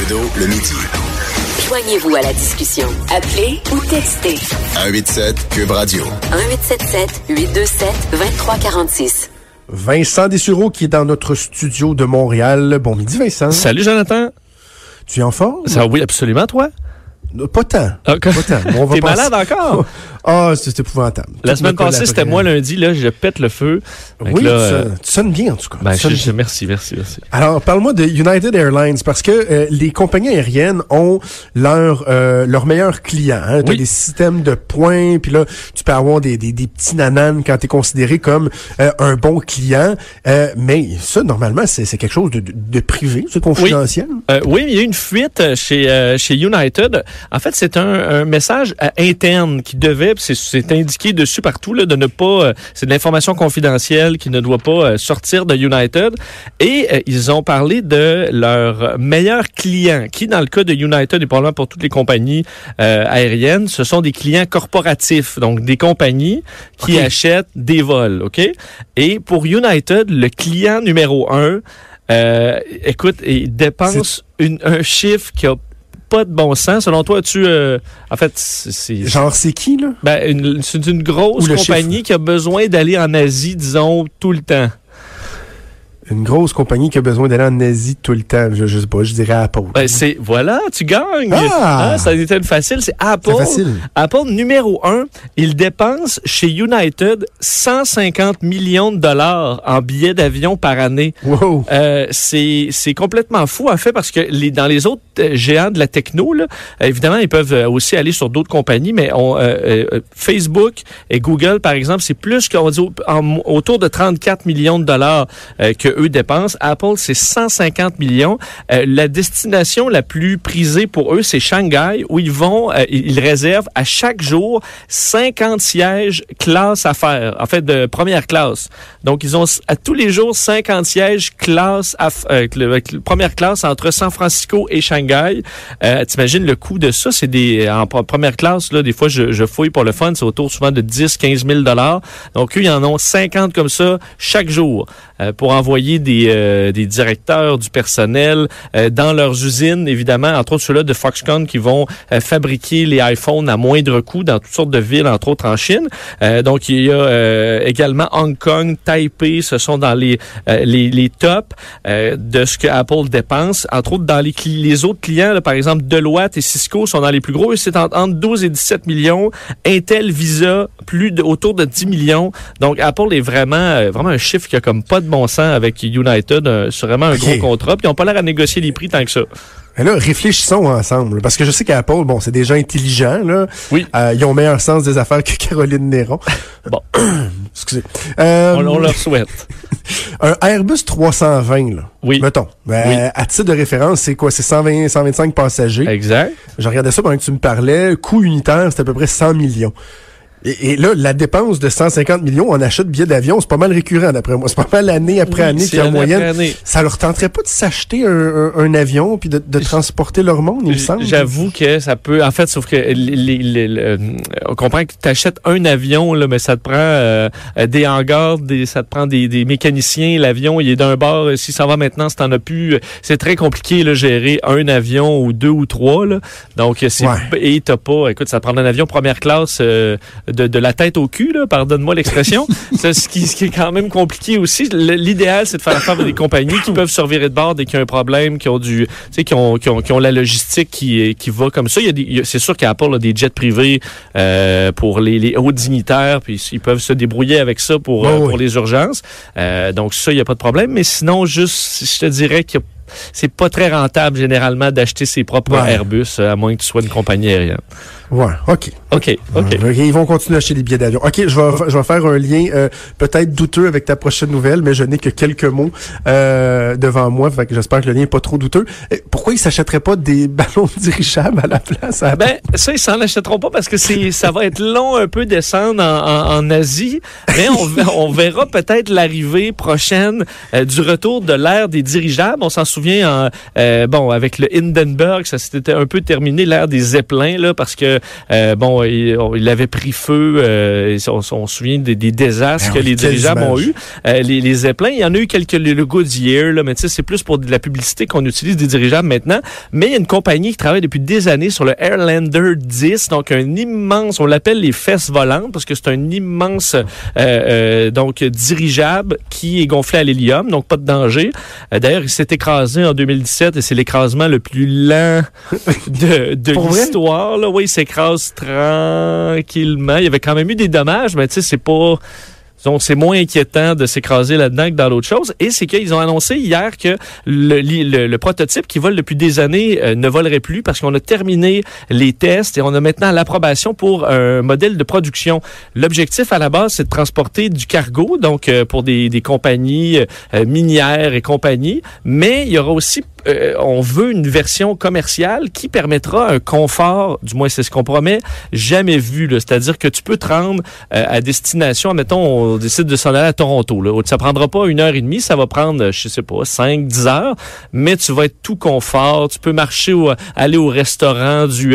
Trudeau, le midi. Joignez-vous à la discussion. Appelez ou textez. 187 Cube Radio. 1877-827-2346. Vincent Dessureau qui est dans notre studio de Montréal. Bon midi, Vincent. Salut, Jonathan. Tu es en forme? Ça, oui, absolument, toi? Pas tant. Okay. Pas tant. Bon, T'es malade encore? C'est épouvantable. La semaine passée, c'était moi lundi, là, je pète le feu. Oui, là, tu sonnes bien, en tout cas. Merci. Alors, parle-moi de United Airlines, parce que les compagnies aériennes ont leurs meilleurs clients. Hein. Tu as des systèmes de points, puis là, tu peux avoir des petits nananes quand tu es considéré comme un bon client. Mais ça, normalement, c'est quelque chose de privé, c'est confidentiel. Oui, il y a une fuite chez United. En fait, c'est un message interne qui devait, c'est indiqué dessus partout, là, de ne pas, c'est de l'information confidentielle qui ne doit pas sortir de United. Et ils ont parlé de leurs meilleurs clients, qui dans le cas de United et probablement pour toutes les compagnies aériennes, ce sont des clients corporatifs, donc des compagnies qui achètent des vols, OK? Et pour United, le client numéro 1, écoute, il dépense un chiffre qui a pas de bon sens. Selon toi, en fait, c'est... Genre, c'est qui, là? C'est une grosse compagnie qui a besoin d'aller en Asie, disons, tout le temps. Une grosse compagnie qui a besoin d'aller en Asie tout le temps. Je sais pas, je dirais Apple. Voilà, tu gagnes. Ça a été facile, c'est Apple. C'est facile. Apple, numéro 1, il dépense chez United 150 millions de dollars en billets d'avion par année. Wow. C'est complètement fou, en fait, parce que dans les autres géants de la techno, là, évidemment, ils peuvent aussi aller sur d'autres compagnies, mais Facebook et Google, par exemple, c'est plus qu'on dit autour de 34 millions de dollars que eux dépensent. Apple, c'est 150 millions. La destination la plus prisée pour eux, c'est Shanghai, où ils réservent à chaque jour 50 sièges classe affaires, en fait, de première classe. Donc, ils ont à tous les jours 50 sièges classe première classe entre San Francisco et Shanghai. T'imagines le coût de ça? C'est en première classe, là, des fois, je fouille pour le fun, c'est autour souvent de 10-15 000 $. Donc, eux, ils en ont 50 comme ça chaque jour pour envoyer des directeurs du personnel dans leurs usines, évidemment, entre autres ceux-là de Foxconn qui vont fabriquer les iPhones à moindre coût dans toutes sortes de villes, entre autres en Chine. Donc, il y a également Hong Kong, Taipei, ce sont dans les tops de ce que Apple dépense. Entre autres, dans les autres clients, là, par exemple, Deloitte et Cisco sont dans les plus gros. C'est entre 12 et 17 millions. Intel, Visa, autour de 10 millions. Donc, Apple est vraiment un chiffre qui a comme pas de bon sens avec United, c'est vraiment un gros contrat, puis ils n'ont pas l'air à négocier les prix tant que ça. Mais là, réfléchissons ensemble, parce que je sais qu'Apple, c'est des gens intelligents, là. Oui. Ils ont meilleur sens des affaires que Caroline Néron. Bon. Excusez. On leur souhaite. Un Airbus 320, là. Oui. Mettons. À titre de référence, c'est quoi? C'est 125 passagers. Exact. Je regardais ça pendant que tu me parlais. Coût unitaire, c'est à peu près 100 millions. Et là, la dépense de 150 millions en achat de billets d'avion, c'est pas mal récurrent d'après moi. C'est pas mal année après année qu'il y a en moyenne. Ça leur tenterait pas de s'acheter un avion puis de transporter leur monde, il me semble? J'avoue que ça peut... En fait, sauf que on comprend que tu achètes un avion, là, mais ça te prend des hangars, ça te prend des mécaniciens. L'avion, il est d'un bord. Si ça va maintenant, si t'en as plus... C'est très compliqué, là, gérer un avion ou deux ou trois, là. Donc, et t'as pas... Écoute, ça te prend un avion première classe... De la tête au cul, là, pardonne-moi l'expression. Ce qui est quand même compliqué aussi. L'idéal, c'est de faire affaire avec des compagnies qui peuvent se revirer de bord dès qu'il y a un problème, qui ont qui ont la logistique qui va comme ça. C'est sûr qu'Apple a des jets privés pour les hauts dignitaires, puis ils peuvent se débrouiller avec ça pour les urgences. Donc ça, il n'y a pas de problème. Mais sinon, juste, je te dirais que c'est pas très rentable généralement d'acheter ses propres Airbus, à moins que tu sois une compagnie aérienne. Ouais, OK. Ils vont continuer à acheter des billets d'avion. OK, je vais faire un lien peut-être douteux avec ta prochaine nouvelle, mais je n'ai que quelques mots devant moi, fait que j'espère que le lien n'est pas trop douteux. Pourquoi ils s'achèteraient pas des ballons dirigeables à la place? Ça, ils s'en achèteront pas parce que ça va être long un peu descendre en Asie, mais on verra peut-être l'arrivée prochaine du retour de l'ère des dirigeables. On s'en souvient avec le Hindenburg, ça s'était un peu terminé l'ère des Zeppelins, là, parce que il avait pris feu. On se souvient des désastres que les dirigeables ont eu. Les Zeppelin, il y en a eu quelques, le Goodyear, là, mais tu sais, c'est plus pour de la publicité qu'on utilise des dirigeables maintenant. Mais il y a une compagnie qui travaille depuis des années sur le Airlander 10, donc un immense, on l'appelle les fesses volantes parce que c'est un immense donc dirigeable qui est gonflé à l'hélium, donc pas de danger. D'ailleurs, il s'est écrasé en 2017 et c'est l'écrasement le plus lent de l'histoire. Là. Oui, il s'écrase tranquillement. Il y avait quand même eu des dommages, mais tu sais, c'est pas... Donc, c'est moins inquiétant de s'écraser là-dedans que dans l'autre chose. Et c'est qu'ils ont annoncé hier que le prototype qui vole depuis des années ne volerait plus parce qu'on a terminé les tests et on a maintenant l'approbation pour un modèle de production. L'objectif à la base, c'est de transporter du cargo, donc pour des compagnies minières et compagnie. Mais il y aura aussi on veut une version commerciale qui permettra un confort, du moins c'est ce qu'on promet, jamais vu. Là. C'est-à-dire que tu peux te rendre à destination, admettons, on décide de s'en aller à Toronto. Là. Ça prendra pas 1h30, ça va prendre, je sais pas, 5-10 heures, mais tu vas être tout confort. Tu peux marcher aller au restaurant du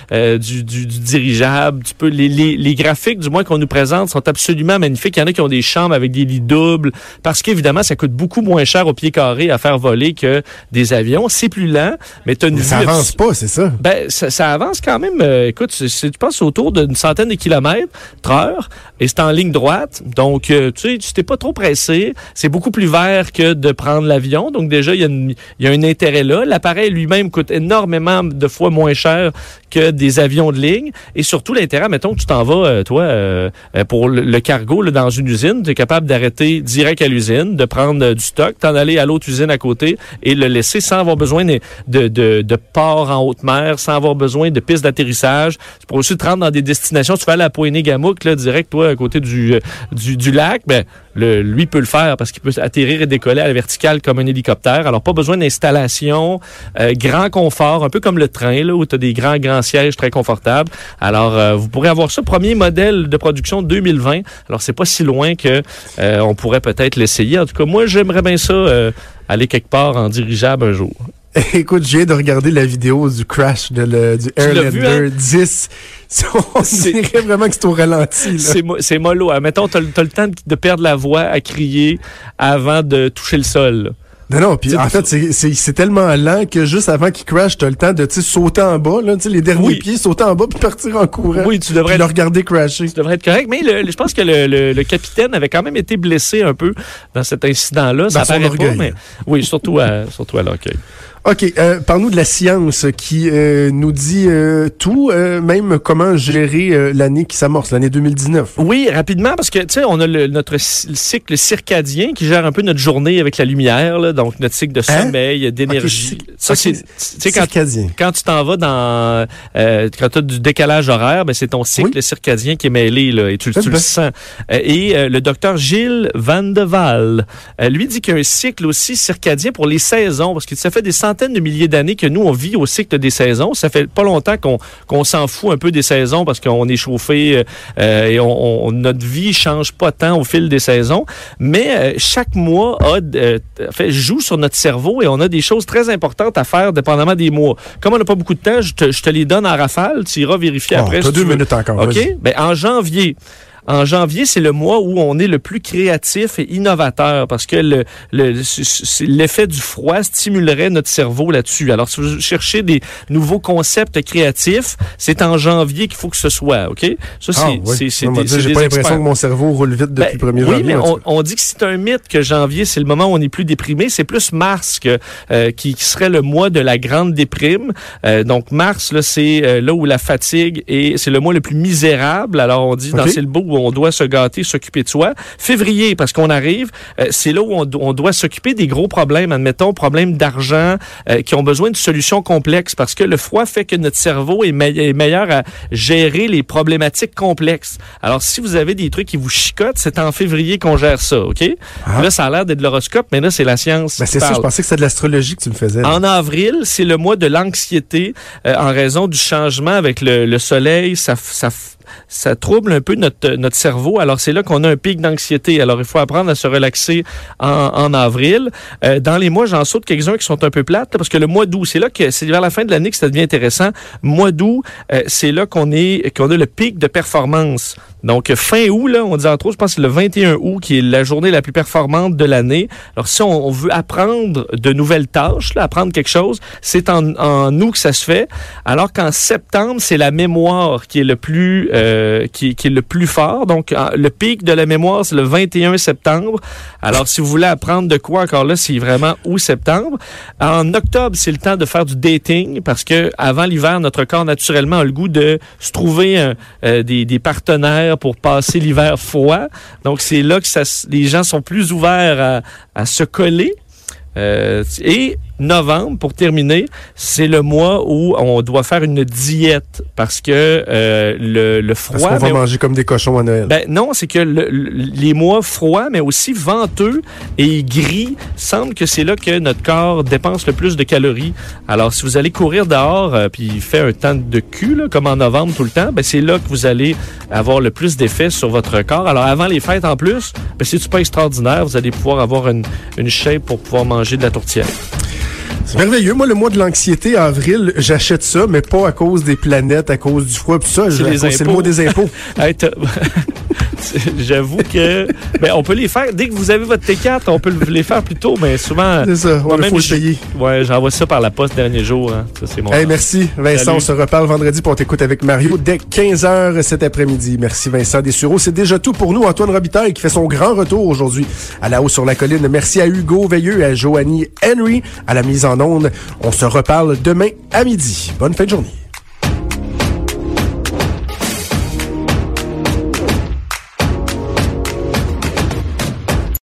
dirigeable. Tu peux les graphiques, du moins qu'on nous présente, sont absolument magnifiques. Il y en a qui ont des chambres avec des lits doubles, parce qu'évidemment, ça coûte beaucoup moins cher au pied carré à faire voler que des avions. C'est plus lent, mais tu as une vue... Ça avance pas, c'est ça? Ben, ça avance quand même. Écoute, tu passes autour d'une centaine de kilomètres heure et c'est en ligne droite. Donc, tu sais, tu t'es pas trop pressé. C'est beaucoup plus vert que de prendre l'avion. Donc, déjà, il y a un intérêt là. L'appareil lui-même coûte énormément de fois moins cher que des avions de ligne. Et surtout, l'intérêt, mettons que tu t'en vas, pour le cargo là, dans une usine, tu es capable d'arrêter direct à l'usine, de prendre du stock, t'en aller à l'autre usine à côté et le laisser sans avoir besoin de port en haute mer, sans avoir besoin de pistes d'atterrissage. Tu pourrais aussi te rendre dans des destinations. Tu vas aller à Pointe-Gamouk, là, direct, toi, à côté du lac. Ben, lui peut le faire parce qu'il peut atterrir et décoller à la verticale comme un hélicoptère. Alors, pas besoin d'installation, grand confort, un peu comme le train, là, où tu as des grands sièges très confortables. Alors, vous pourrez avoir ça. Premier modèle de production 2020. Alors, c'est pas si loin que on pourrait peut-être l'essayer. En tout cas, moi, j'aimerais bien ça aller quelque part en dirigeable un jour. Écoute, je viens de regarder la vidéo du crash du Airlander 10. On dirait vraiment que c'est au ralenti. Là. C'est mollo. Mettons, t'as le temps de perdre la voix à crier avant de toucher le sol. Là. Non, puis en fait, c'est tellement lent que juste avant qu'il crash, t'as le temps de sauter en bas, là, les derniers pieds, sauter en bas puis partir en courant. Oui, tu devrais le regarder crasher. Tu devrais être correct, mais je pense que le capitaine avait quand même été blessé un peu dans cet incident-là. Ça paraît pas, mais oui, surtout à l'orgueil. OK, parle-nous de la science qui nous dit tout, même comment gérer l'année qui s'amorce, l'année 2019. Oui, rapidement, parce que, tu sais, on a notre cycle circadien qui gère un peu notre journée avec la lumière, là, donc notre cycle de sommeil, d'énergie. Ça, c'est circadien. Quand tu t'en vas dans... quand tu as du décalage horaire, ben c'est ton cycle circadien qui est mêlé, là, et tu le sens. Et le docteur Gilles Van de Waal, lui dit qu'il y a un cycle aussi circadien pour les saisons, parce que ça fait des centaines de milliers d'années que nous, on vit au cycle des saisons. Ça fait pas longtemps qu'on s'en fout un peu des saisons parce qu'on est chauffé et notre vie change pas tant au fil des saisons. Mais chaque mois joue sur notre cerveau et on a des choses très importantes à faire dépendamment des mois. Comme on n'a pas beaucoup de temps, je te les donne en rafale. Tu iras vérifier après. T'as 2 minutes encore. OK? Ben, en janvier, c'est le mois où on est le plus créatif et innovateur parce que l'effet du froid stimulerait notre cerveau là-dessus. Alors, si vous cherchez des nouveaux concepts créatifs, c'est en janvier qu'il faut que ce soit, OK? Ça, j'ai pas l'impression que mon cerveau roule vite depuis le 1er janvier. Oui, mais on dit que c'est un mythe que janvier, c'est le moment où on est plus déprimé. C'est plus mars qui serait le mois de la grande déprime. Donc, mars, là, c'est là où la fatigue c'est le mois le plus misérable. Alors, on dit, c'est le beau où on doit se gâter, s'occuper de soi. Février, parce qu'on arrive, c'est là où on doit s'occuper des gros problèmes, admettons, problèmes d'argent, qui ont besoin de solutions complexes, parce que le froid fait que notre cerveau est meilleur à gérer les problématiques complexes. Alors, si vous avez des trucs qui vous chicotent, c'est en février qu'on gère ça, OK? Là, ça a l'air d'être de l'horoscope, mais là, c'est la science. Ben, c'est ça, je pensais que c'était de l'astrologie que tu me faisais. En avril, c'est le mois de l'anxiété, en raison du changement avec le soleil, ça trouble un peu notre cerveau. Alors, c'est là qu'on a un pic d'anxiété. Alors, il faut apprendre à se relaxer en avril. Dans les mois, j'en saute quelques-uns qui sont un peu plates, parce que le mois d'août, c'est vers la fin de l'année que ça devient intéressant. Mois d'août, c'est là qu'on a le pic de performance. Donc, fin août, là, on dit entre autres, je pense que c'est le 21 août qui est la journée la plus performante de l'année. Alors, si on veut apprendre de nouvelles tâches, là, apprendre quelque chose, c'est en août que ça se fait. Alors qu'en septembre, c'est la mémoire qui est le plus qui est le plus fort. Donc, le pic de la mémoire, c'est le 21 septembre. Alors, si vous voulez apprendre de quoi encore là, c'est vraiment août-septembre. En octobre, c'est le temps de faire du dating, parce que avant l'hiver, notre corps naturellement a le goût de se trouver des partenaires pour passer l'hiver froid. Donc, c'est là que les gens sont plus ouverts à se coller. Et novembre, pour terminer, c'est le mois où on doit faire une diète, parce que le froid... Est-ce qu'on va manger comme des cochons à Noël? Ben non, c'est que les mois froids, mais aussi venteux et gris, semble que c'est là que notre corps dépense le plus de calories. Alors, si vous allez courir dehors puis il fait un temps de cul, là, comme en novembre tout le temps, ben c'est là que vous allez avoir le plus d'effet sur votre corps. Alors, avant les fêtes en plus, ben c'est pas extraordinaire. Vous allez pouvoir avoir une shape pour pouvoir manger de la tourtière. C'est merveilleux. Moi, le mois de l'anxiété, avril, j'achète ça, mais pas à cause des planètes, à cause du froid, tout ça. C'est le mois des impôts. Hey, j'avoue que on peut les faire. Dès que vous avez votre T4, on peut les faire plus tôt, mais souvent... C'est ça, il faut le payer. Ouais, j'envoie ça par la poste dernier jour. Hein. Ça, c'est mon merci, Vincent. Salut. On se reparle vendredi pour t'écouter avec Mario dès 15h cet après-midi. Merci, Vincent Dessureau. C'est déjà tout pour nous. Antoine Robitaille qui fait son grand retour aujourd'hui à La Haut sur la Colline. Merci à Hugo Veilleux et à Joanie Henry à la mise en onde. On se reparle demain à midi. Bonne fin de journée.